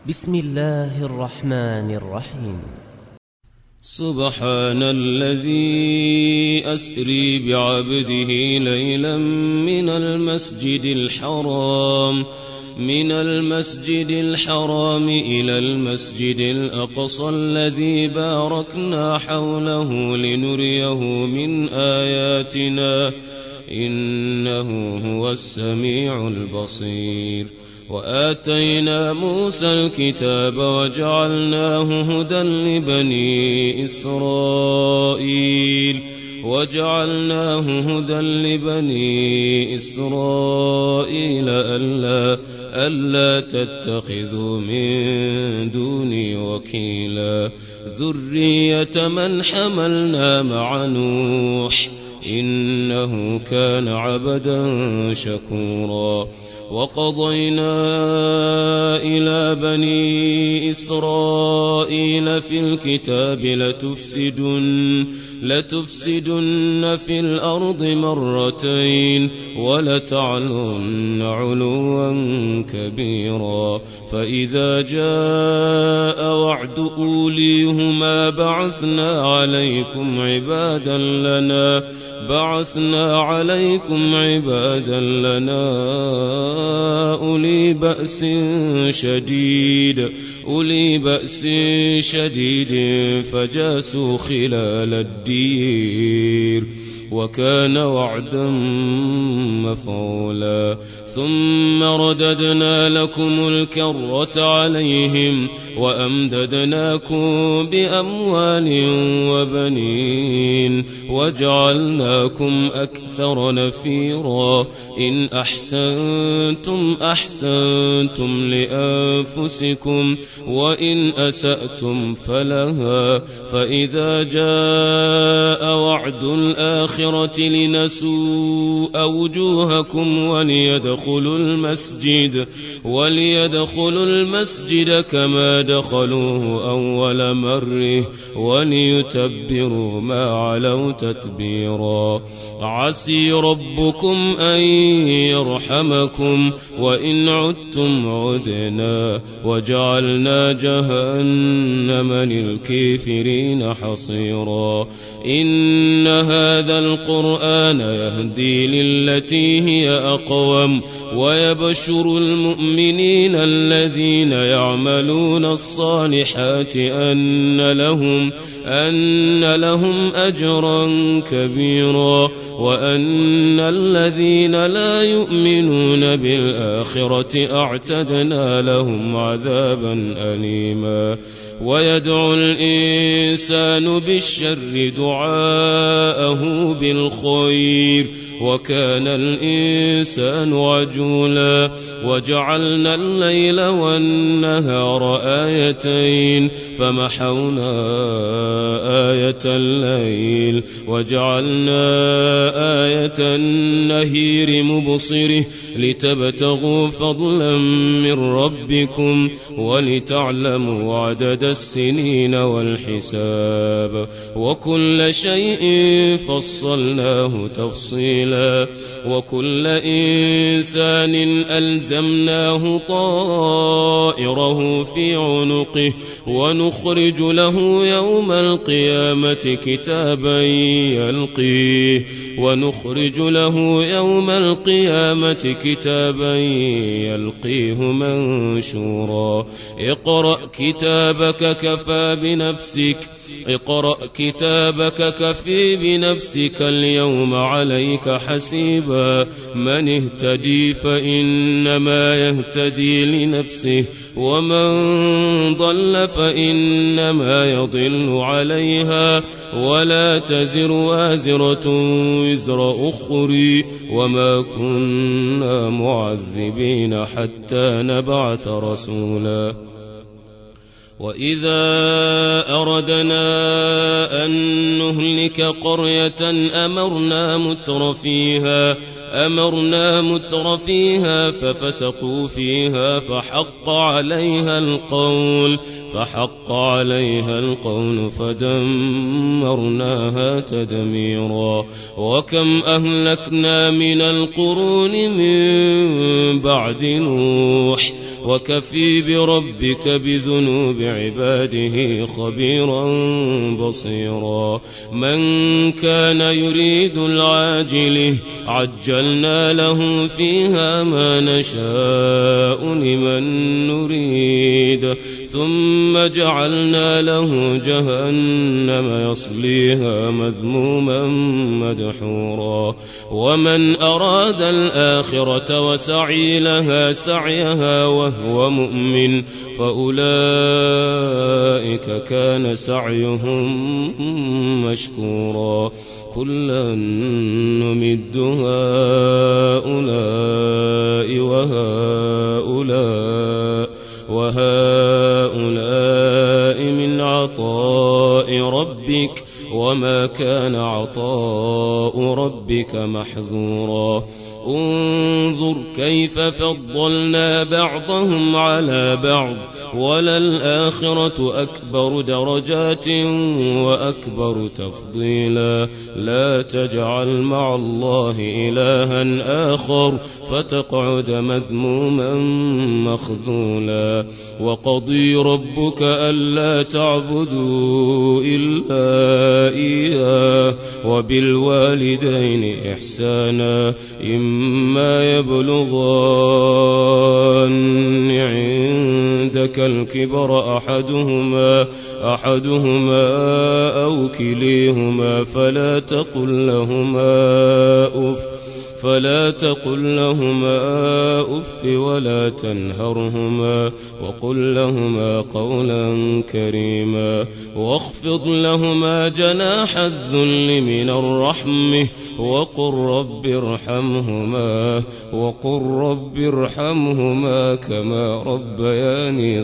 بسم الله الرحمن الرحيم. سبحان الذي أسري بعبده ليلا من المسجد الحرام إلى المسجد الأقصى الذي باركنا حوله لنريه من آياتنا إنه هو السميع البصير. وآتينا موسى الكتاب وجعلناه هدى لبني إسرائيل ألا تتخذوا من دوني وكيلا ذرية من حملنا مع نوح إنه كان عبدا شكورا. وقضينا إلى بني إسرائيل في الكتاب لتفسدن في الأرض مرتين ولتعلن علوا كبيرا. فإذا جاء وعد أوليهما بعثنا عليكم عبادا لنا أولي بأس شديد فجاسوا خلال الدير وكان وعدا مفعولا. ثم رددنا لكم الكرة عليهم وأمددناكم بأموال وبنين وجعلناكم أكثر نفيرا. إن أحسنتم لأنفسكم وإن أسأتم فلها. فإذا جاء وعد الآخرة لنسوء وجوهكم وليدخلوا المسجد كما دخلوه أول مرة وليتبروا ما علوا تتبيرا. عسي ربكم أن يرحمكم وإن عدتم عدنا وجعلنا جهنم للكافرين حصيرا. إن هذا القرآن يهدي للتي هي أقوم ويبشر المؤمنين الذين يعملون الصالحات أن لهم أجرا كبيرا وأن الذين لا يؤمنون بالآخرة أعتدنا لهم عذابا أليما. ويدعو الإنسان بالشر دعاءه بالخير وكان الإنسان عجولا. وجعلنا الليل والنهار آيتين فمحونا آية الليل وجعلنا آية النهير مبصره لتبتغوا فضلا من ربكم ولتعلموا عدد السنين والحساب وكل شيء فصلناه تفصيلا. وكل إنسان ألزمناه طائره في عنقه ونخرج له يوم القيامة كتابا يلقيه منشورا. اقرأ كتابك كفي بنفسك اليوم عليك حسيبا. من اهتدي فإنما يهتدي لنفسه ومن ضل فإنما يضل عليها ولا تزر وازرة وزر أخرى وما كنا معذبين حتى نبعث رسولا. وإذا أردنا أن نهلك قرية أمرنا متر فيها ففسقوا فيها فحق عليها القول فدمرناها تدميرا. وكم أهلكنا من القرون من بعد نوح وكفي بربك بذنوب عباده خبيرا بصيرا من كان يريد العاجل عجلنا له فيها ما نشاء لمن نريد ثم جعلنا له جهنم يصليها مذموما مدحورا ومن أراد الآخرة وسعي لها سعيها وهو مؤمن فأولئك كان سعيهم مشكورا كلا نمد هؤلاء وهؤلاء من عطاء ربك وما كان عطاء ربك محظورا انظر كيف فضلنا بعضهم على بعض وللآخرة أكبر درجات وأكبر تفضيلا لا تجعل مع الله إلها آخر فتقعد مذموما مخذولا وقضي ربك ألا تعبدوا إلا إياه وبالوالدين إحسانا إما يبلغن عندك الكبر أحدهما أو كليهما فلا تقل لهما أف ولا تنهرهما وقل لهما قولا كريما واخفض لهما جناح الذل من الرحمة وقل رب ارحمهما كما ربياني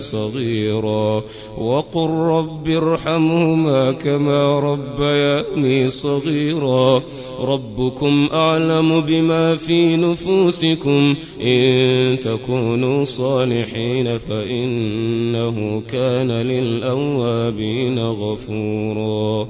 صغيرا ربكم أعلم بما في نفوسكم إن تكونوا صالحين فإنه كان للأوابين غفورا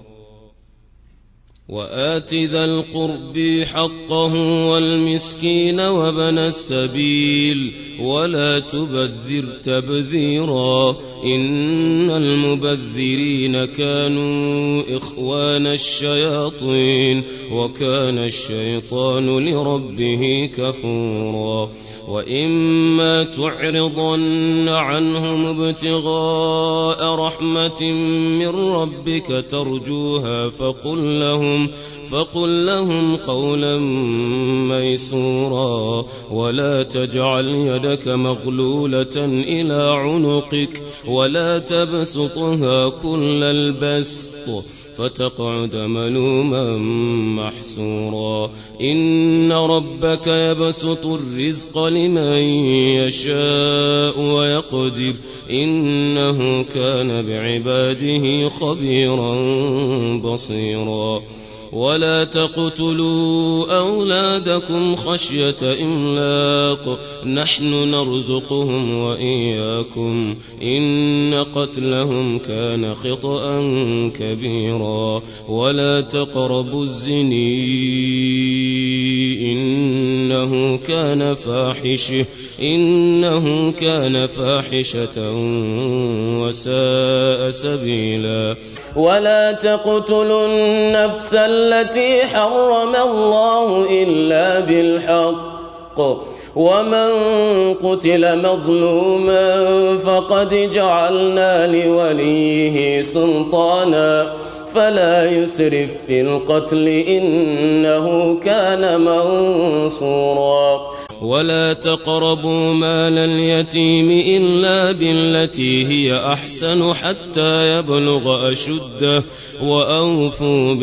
وآت ذا القرب حقه والمسكين وابن السبيل ولا تبذر تبذيرا إن المبذرين كانوا إخوان الشياطين وكان الشيطان لربه كفورا وإما تعرضن عنهم ابتغاء رحمة من ربك ترجوها فقل لهم قولا ميسورا ولا تجعل يدك مغلولة إلى عنقك ولا تبسطها كل البسط فتقعد ملوما محسورا إن ربك يبسط الرزق لمن يشاء ويقدر إنه كان بعباده خبيرا بصيرا ولا تقتلوا أولادكم خشية إملاق نحن نرزقهم وإياكم إن قتلهم كان خطأ كبيرا ولا تقربوا الزنا إنه كان فاحشة وساء سبيلا ولا تقتلوا النفس التي حرم الله إلا بالحق ومن قتل مظلوما فقد جعلنا لوليه سلطانا فلا يسرف في القتل إنه كان منصورا ولا تقربوا مال اليتيم إلا بالتي هي أحسن حتى يبلغ أشده وأوفوا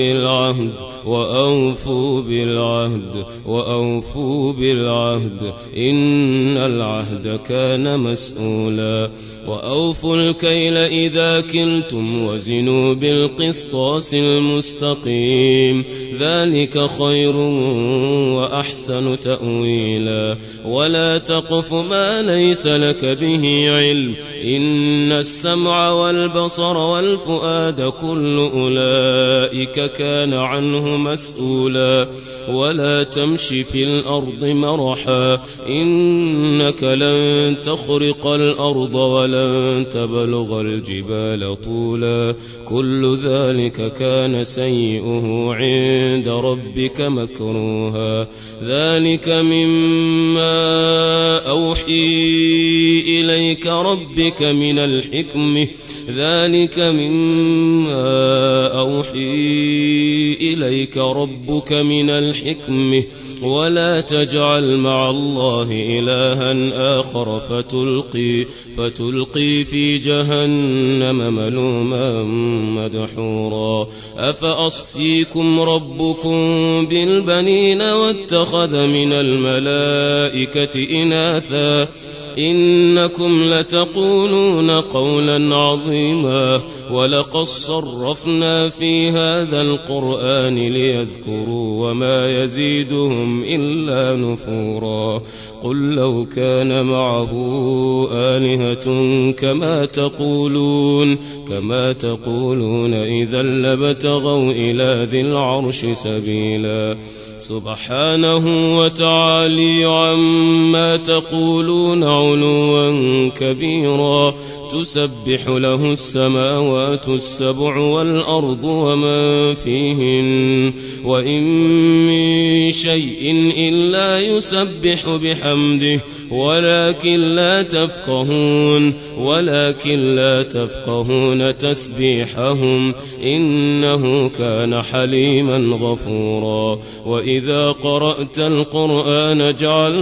بالعهد إن العهد كان مسؤولا وأوفوا الكيل إذا كلتم وزنوا بالقسطاس المستقيم ذلك خير وأحسن تأويلا سبيلا ولا تقف ما ليس لك به علم إن السمع والبصر والفؤاد كل أولئك كان عنه مسؤولا ولا تمش في الأرض مرحا إنك لن تخرق الأرض ولن تبلغ الجبال طولا كل ذلك كان سيئه عند ربك مكروها ذلك مما أوحي إليك ربك من الحكمة ذلك مما أوحي إليك ربك من الحكمة ولا تجعل مع الله إلها آخر فتلقي في جهنم ملوما مدحورا أفأصفيكم ربكم بالبنين واتخذ من الملائكة إناثا إنكم لتقولون قولا عظيما ولقد صرفنا في هذا القرآن ليذكروا وما يزيدهم إلا نفورا قل لو كان معه آلهة كما تقولون إذا لابتغوا إلى ذي العرش سبيلا سبحانه وتعالى عما تقولون علوا كبيرا تسبح له السماوات السبع والأرض ومن فيهن وإن من شيء إلا يسبح بحمده ولكن لا تفقهون تسبيحهم إنه كان حليما غفورا وإذا قرأت القرآن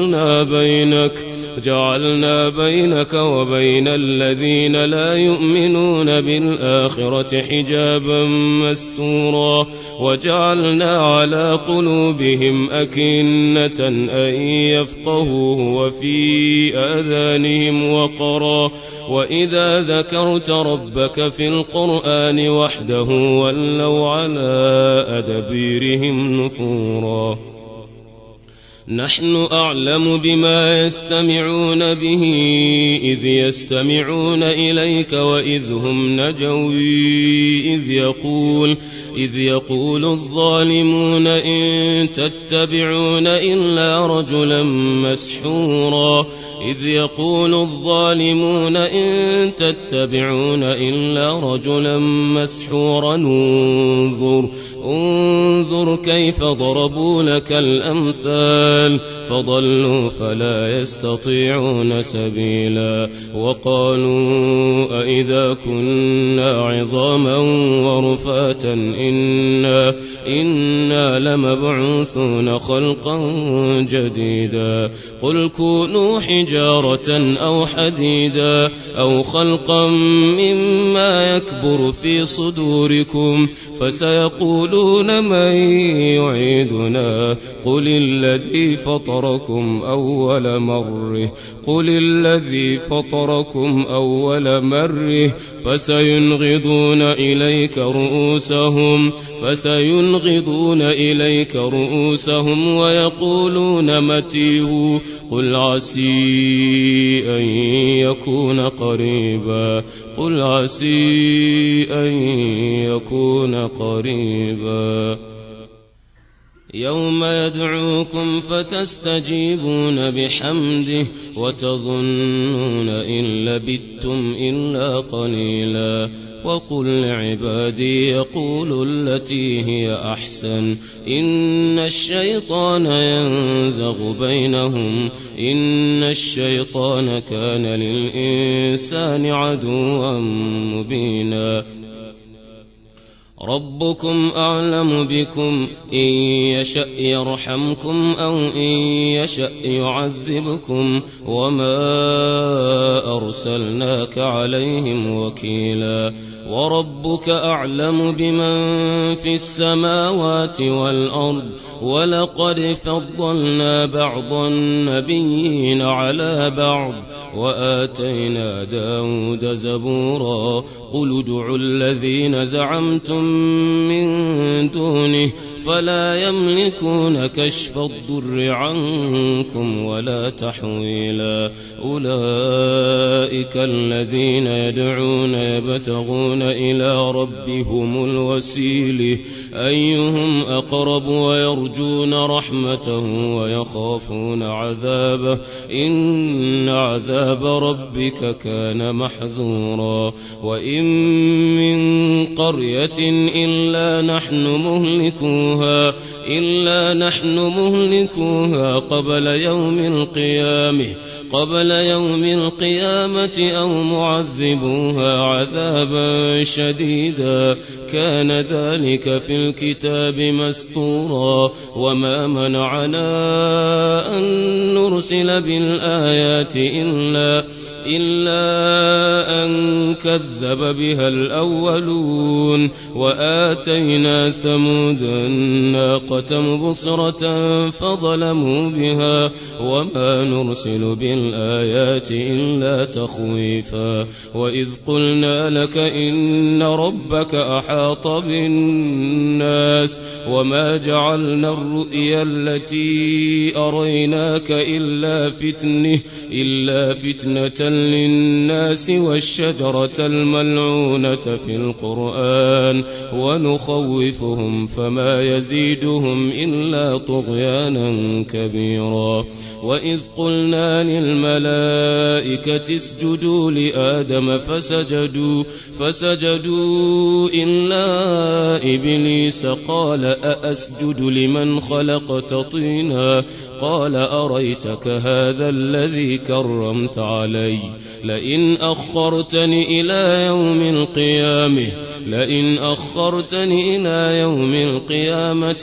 جعلنا بينك وبين الذين لا يؤمنون بالآخرة حجابا مستورا وجعلنا على قلوبهم أكنة أن يفقهوه وفي آذانهم وقرا وإذا ذكرت ربك في القرآن وحده ولوا على أدبيرهم نفورا نحن أعلم بما يستمعون به إذ يستمعون إليك وإذ هم نجوي إذ يقول الظالمون إن تتبعون إلا رجلا مسحورا إذ يقول الظالمون إن تتبعون إلا رجلا مسحورا انظر كيف ضربوا لك الأمثال فضلوا فلا يستطيعون سبيلا وقالوا أئذا كنا عظاما ورفاتا إنا لمبعوثون خلقا جديدا قل كونوا حجارة أو حديدا أو خلقا مما يكبر في صدوركم فسيقولون من يعيدنا قل الذي فطركم أول مرة فسينغضون إليك رؤوسهم ويقولون متيه قل عسى أن يكون قريبا يوم يدعوكم فتستجيبون بحمده وتظنون إن لبثتم إلا قليلا وقل لعبادي يقولوا التي هي أحسن إن الشيطان ينزغ بينهم إن الشيطان كان للإنسان عدوا مبينا ربكم أعلم بكم إن يشأ يرحمكم أو إن يشأ يعذبكم وما أرسلناك عليهم وكيلا وربك أعلم بمن في السماوات والأرض ولقد فضلنا بعض النبيين على بعض وآتينا داود زبورا قل ادعوا الذين زعمتم من دونه فلا يملكون كشف الضر عنكم ولا تحويلا أولئك الذين يدعون يبتغون إلى ربهم الوسيلة أيهم أقرب ويرجون رحمته ويخافون عذابه إن عذاب ربك كان محذورا وإن من قرية إلا نحن مهلكوها قبل يوم القيامة أو معذبوها عذابا شديدا كان ذلك في الكتاب مسطورا وما منعنا أن نرسل بالآيات إلا أن كذب بها الأولون وآتينا ثمود الناقة مبصرة فظلموا بها وما نرسل بالآيات إلا تخويفا وإذ قلنا لك إن ربك أحاط بالناس وما جعلنا الرؤيا التي أريناك إلا فتنة للناس والشجرة الملعونة في القرآن ونخوفهم فما يزيدهم إلا طغيانا كبيرا وإذ قلنا للملائكة اسجدوا لآدم فسجدوا إلا إبليس قال أأسجد لمن خلقت طينا قال أريتك هذا الذي كرمت علي لئن أخرتني إلى يوم القيامة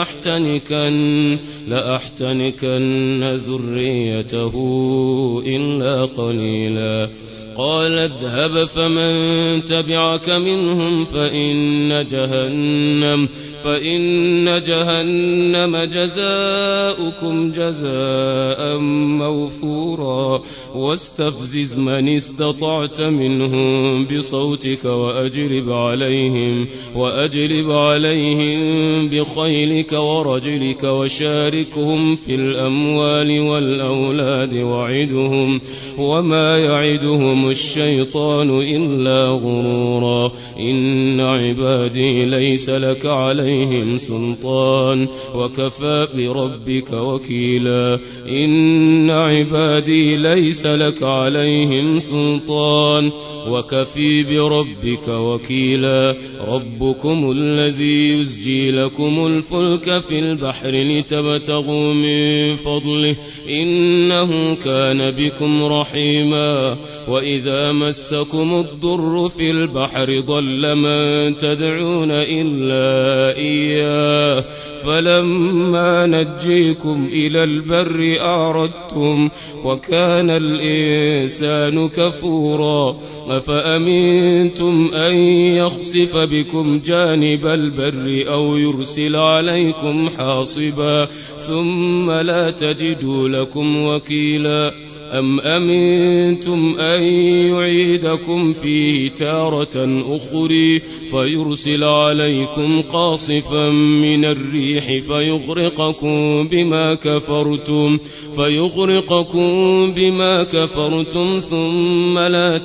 لأحتنكن ذريته إلا قليلا قال اذهب فمن تبعك منهم فإن جهنم جزاؤكم جزاء موفورا واستفزز من استطعت منهم بصوتك وأجلب عليهم بخيلك ورجلك وشاركهم في الأموال والأولاد وعدهم وما يعدهم الشيطان إلا غرورا إن عبادي ليس لك عليهم سلطان وكفى بربك وكيلا إن عبادي ليس لك عليهم سلطان وكفي بربك وكيلا ربكم الذي يزجي لكم الفلك في البحر لتبتغوا من فضله إنه كان بكم رحيما وإذا مسكم الضر في البحر ضل من تدعون إلا إياه فلما نجيكم إلى البر أعرضتم وكان الإنسان كفورا أفأمنتم أن يخسف بكم جانب البر أو يرسل عليكم حاصبا ثم لا تجدوا لكم وكيلا أم أمنتم أن يعيدكم فيه تارة أخرى فيرسل عليكم قاصفا من الريح فيغرقكم بما كفرتم ثم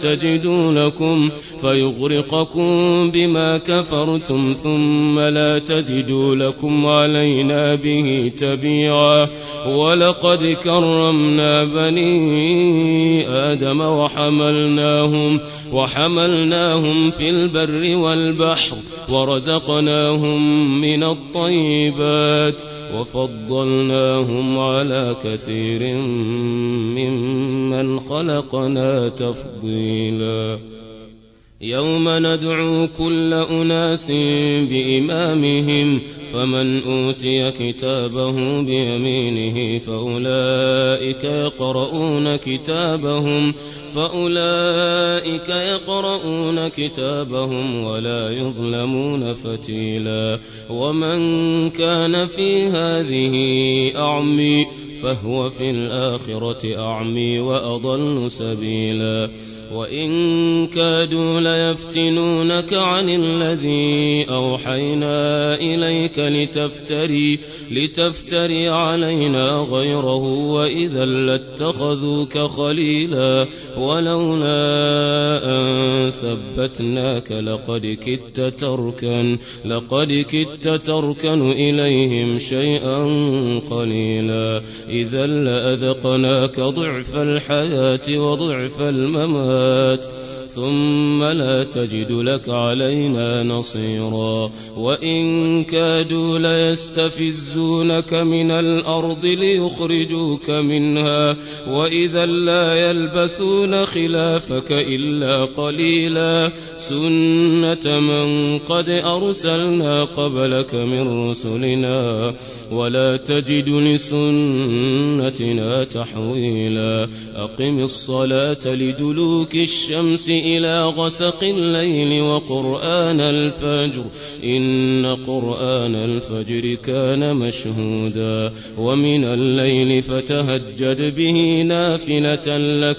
لا تجدوا لكم علينا به تبيعا ولقد كرمنا بني آدم وحملناهم في البر والبحر ورزقناهم من الطيبات وفضلناهم على كثير ممن خلقنا تفضيلا يوم ندعو كل أناس بإمامهم فمن أوتي كتابه بيمينه فأولئك يقرؤون كتابهم ولا يظلمون فتيلا ومن كان في هذه أعمي فهو في الآخرة أعمي وأضل سبيلا وإن كادوا ليفتنونك عن الذي أوحينا إليك لتفتري علينا غيره وإذا لاتخذوك خليلا ولولا أن ثبتناك لقد كدت تركن إليهم شيئا قليلا إذا لأذقناك ضعف الحياة وضعف الممات ثم لا تجد لك علينا نصيرا وإن كادوا ليستفزونك من الأرض ليخرجوك منها وإذا لا يلبثون خلافك إلا قليلا سنة من قد أرسلنا قبلك من رسلنا ولا تجد لسنتنا تحويلا أقم الصلاة لدلوك الشمس إلى غسق الليل وقرآن الفجر إن قرآن الفجر كان مشهودا ومن الليل فتهجد به نافلة لك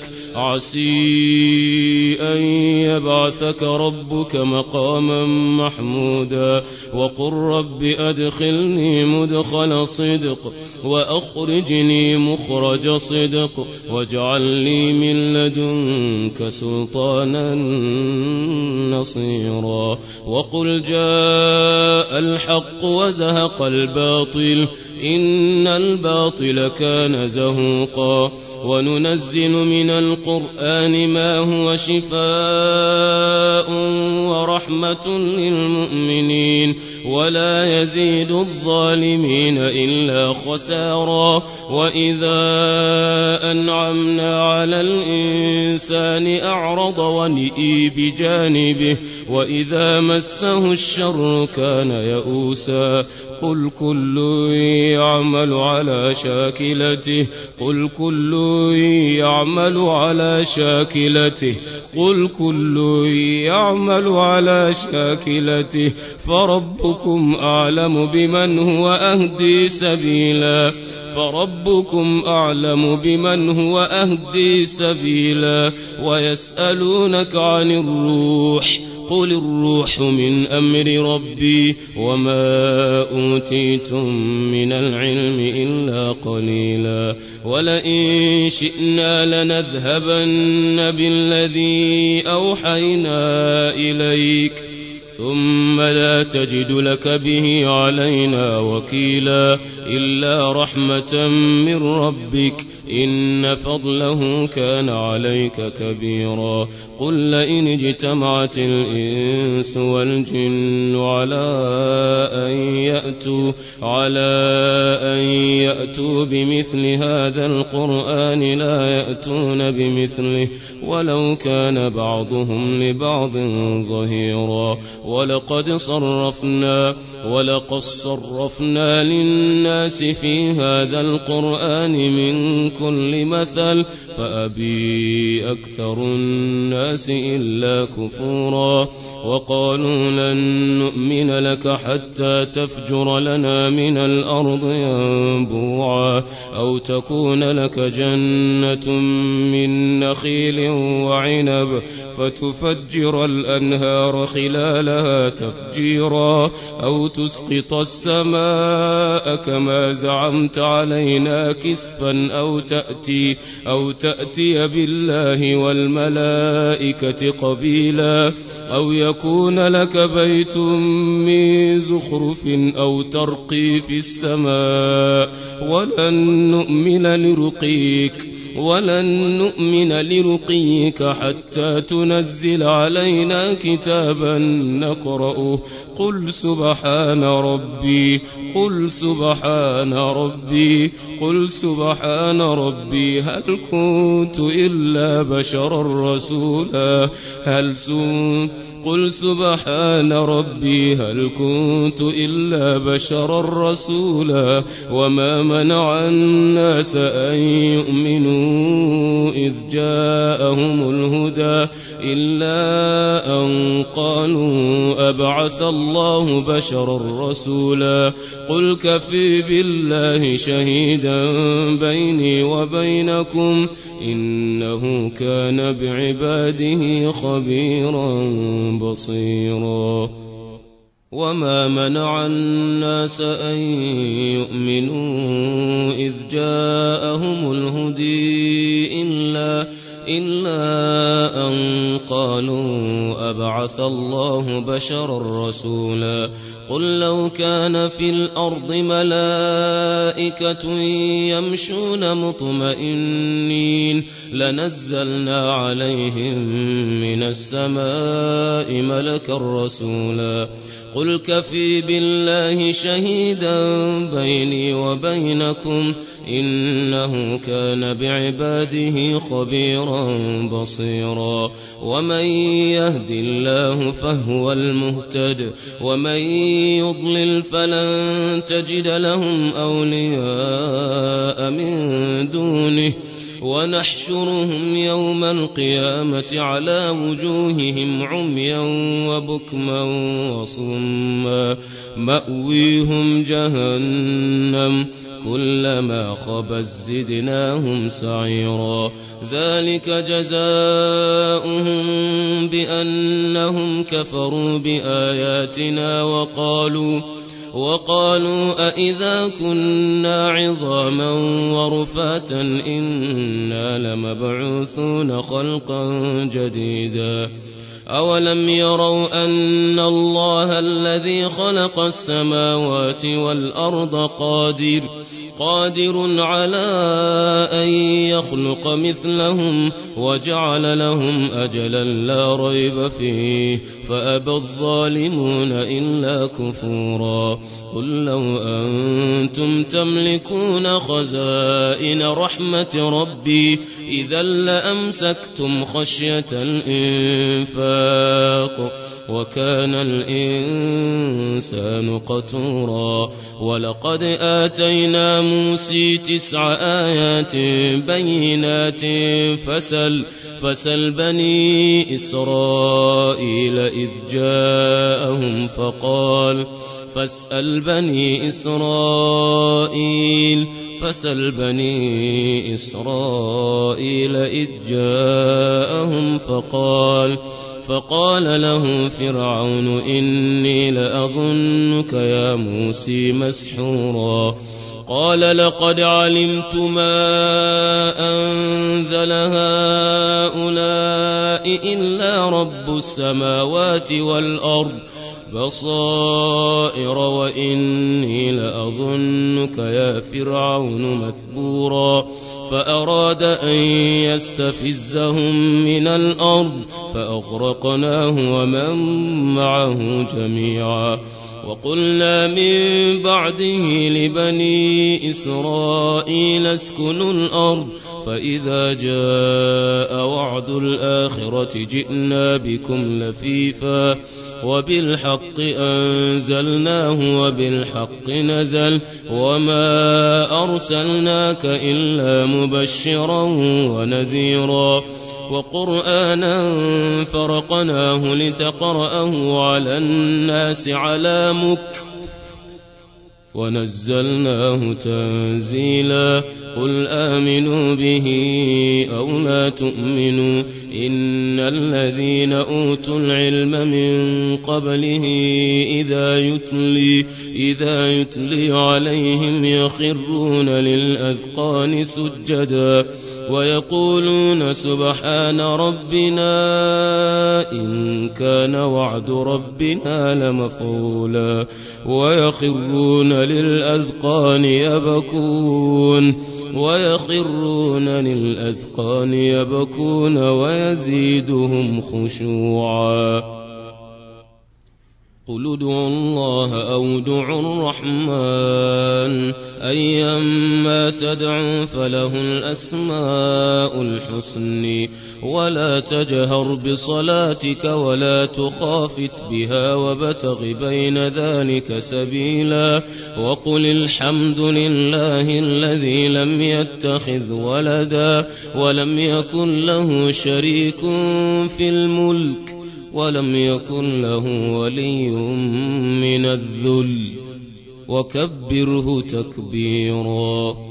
عسي أن يبعثك ربك مقاما محمودا وقل رب أدخلني مدخل صدق وأخرجني مخرج صدق واجعل لي من لدنك سلطانا نصيرا وقل جاء الحق وزهق الباطل إن الباطل كان زهوقا وننزل من القرآن ما هو شفاء ورحمة للمؤمنين ولا يزيد الظالمين إلا خسارا وإذا أنعمنا على الإنسان أعرض ونئي بجانبه وإذا مسه الشر كان يئوسا قل كل يعمل على شاكلته فربكم أعلم بمن هو أهدي سبيلا ويسألونك عن الروح قل الروح من أمر ربي وما أوتيتم من العلم إلا قليلا ولئن شئنا لنذهبن بالذي أوحينا إليك ثم لا تجد لك به علينا وكيلا إلا رحمة من ربك إن فضله كان عليك كبيرا قل لئن اجتمعت الإنس والجن على أن يأتوا بمثل هذا القرآن لا يأتون بمثله ولو كان بعضهم لبعض ظهيرا ولقد صرفنا للناس في هذا القرآن من كل مثل فأبي أكثر الناس إلا كفورا وقالوا لن نؤمن لك حتى تفجر لنا من الأرض ينبوعا أو تكون لك جنة من نخيل وعنب فتفجر الأنهار خلالها تفجيرا أو تسقط السماء كما زعمت علينا كسفا أو تأتي بالله والملائكة قبيلا أو يكون لك بيت من زخرف أو ترقي في السماء ولن نؤمن لرقيك حتى تنزل علينا كتابا نقرأه قل سبحان ربي هل كنت إلا بشرا رسولا قل سبحان ربي هل كنت إلا بشرا رسولا وما منع الناس أن يؤمنوا إذ جاءهم الهدى إلا أن قالوا أبعث الله بشرا رسولا قل كفي بالله شهيدا بيني وبينكم إنه كان بعباده خبيرا بصيرا وما منع الناس أن يؤمنوا إذ جاءهم الهدى إلا أن قالوا أبعث الله بشرا رسولا قل لو كان في الأرض ملائكة يمشون مطمئنين لنزلنا عليهم من السماء ملكا رسولا قل كفي بالله شهيدا بيني وبينكم إنه كان بعباده خبيرا بصيرا ومن يهد الله فهو المهتد ومن يضلل فلن تجد لهم أولياء من دونه ونحشرهم يوم القيامة على وجوههم عميا وبكما وصما مأويهم جهنم كلما خبت زدناهم سعيرا ذلك جزاؤهم بأنهم كفروا بآياتنا وقالوا أئذا كنا عظاما ورفاتا إنا لمبعوثون خلقا جديدا أولم يروا أن الله الذي خلق السماوات والأرض قادر على أن يخلق مثلهم وجعل لهم أجلا لا ريب فيه فأبى الظالمون إلا كفورا قل لو أنتم تملكون خزائن رحمة ربي إذا لأمسكتم خشية الإنفاق وكان الإنسان قتورا ولقد آتينا موسى 9 آيات بينات فسل بني إسرائيل إذ جاءهم فاسأل بني إسرائيل إذ جاءهم فقال له فرعون إني لأظنك يا موسى مسحورا قال لقد علمت ما أنزل هؤلاء إلا رب السماوات والأرض بصائر وإني لأظنك يا فرعون مثبورا فأراد أن يستفزهم من الأرض فأغرقناه ومن معه جميعا وقلنا من بعده لبني إسرائيل اسكنوا الأرض فإذا جاء وعد الآخرة جئنا بكم لفيفا وبالحق أنزلناه وبالحق نزل وما أرسلناك إلا مبشرا ونذيرا وقرآنا فرقناه لتقرأه على الناس على مكث ونزلناه تنزيلا قل آمنوا به أو لا تؤمنوا إن الذين أوتوا العلم من قبله إذا يتلي عليهم يخرون للأذقان سجدا ويقولون سبحان ربنا إن كان وعد ربنا لمفعولا ويخرون للأذقان يبكون ويزيدهم خشوعا قل ادعوا الله أو ادعوا الرحمن أيما تدعوا فله الأسماء الحسن ولا تجهر بصلاتك ولا تخافت بها وابتغ بين ذلك سبيلا وقل الحمد لله الذي لم يتخذ ولدا ولم يكن له شريك في الملك ولم يكن له ولي من الذل وكبره تكبيرا.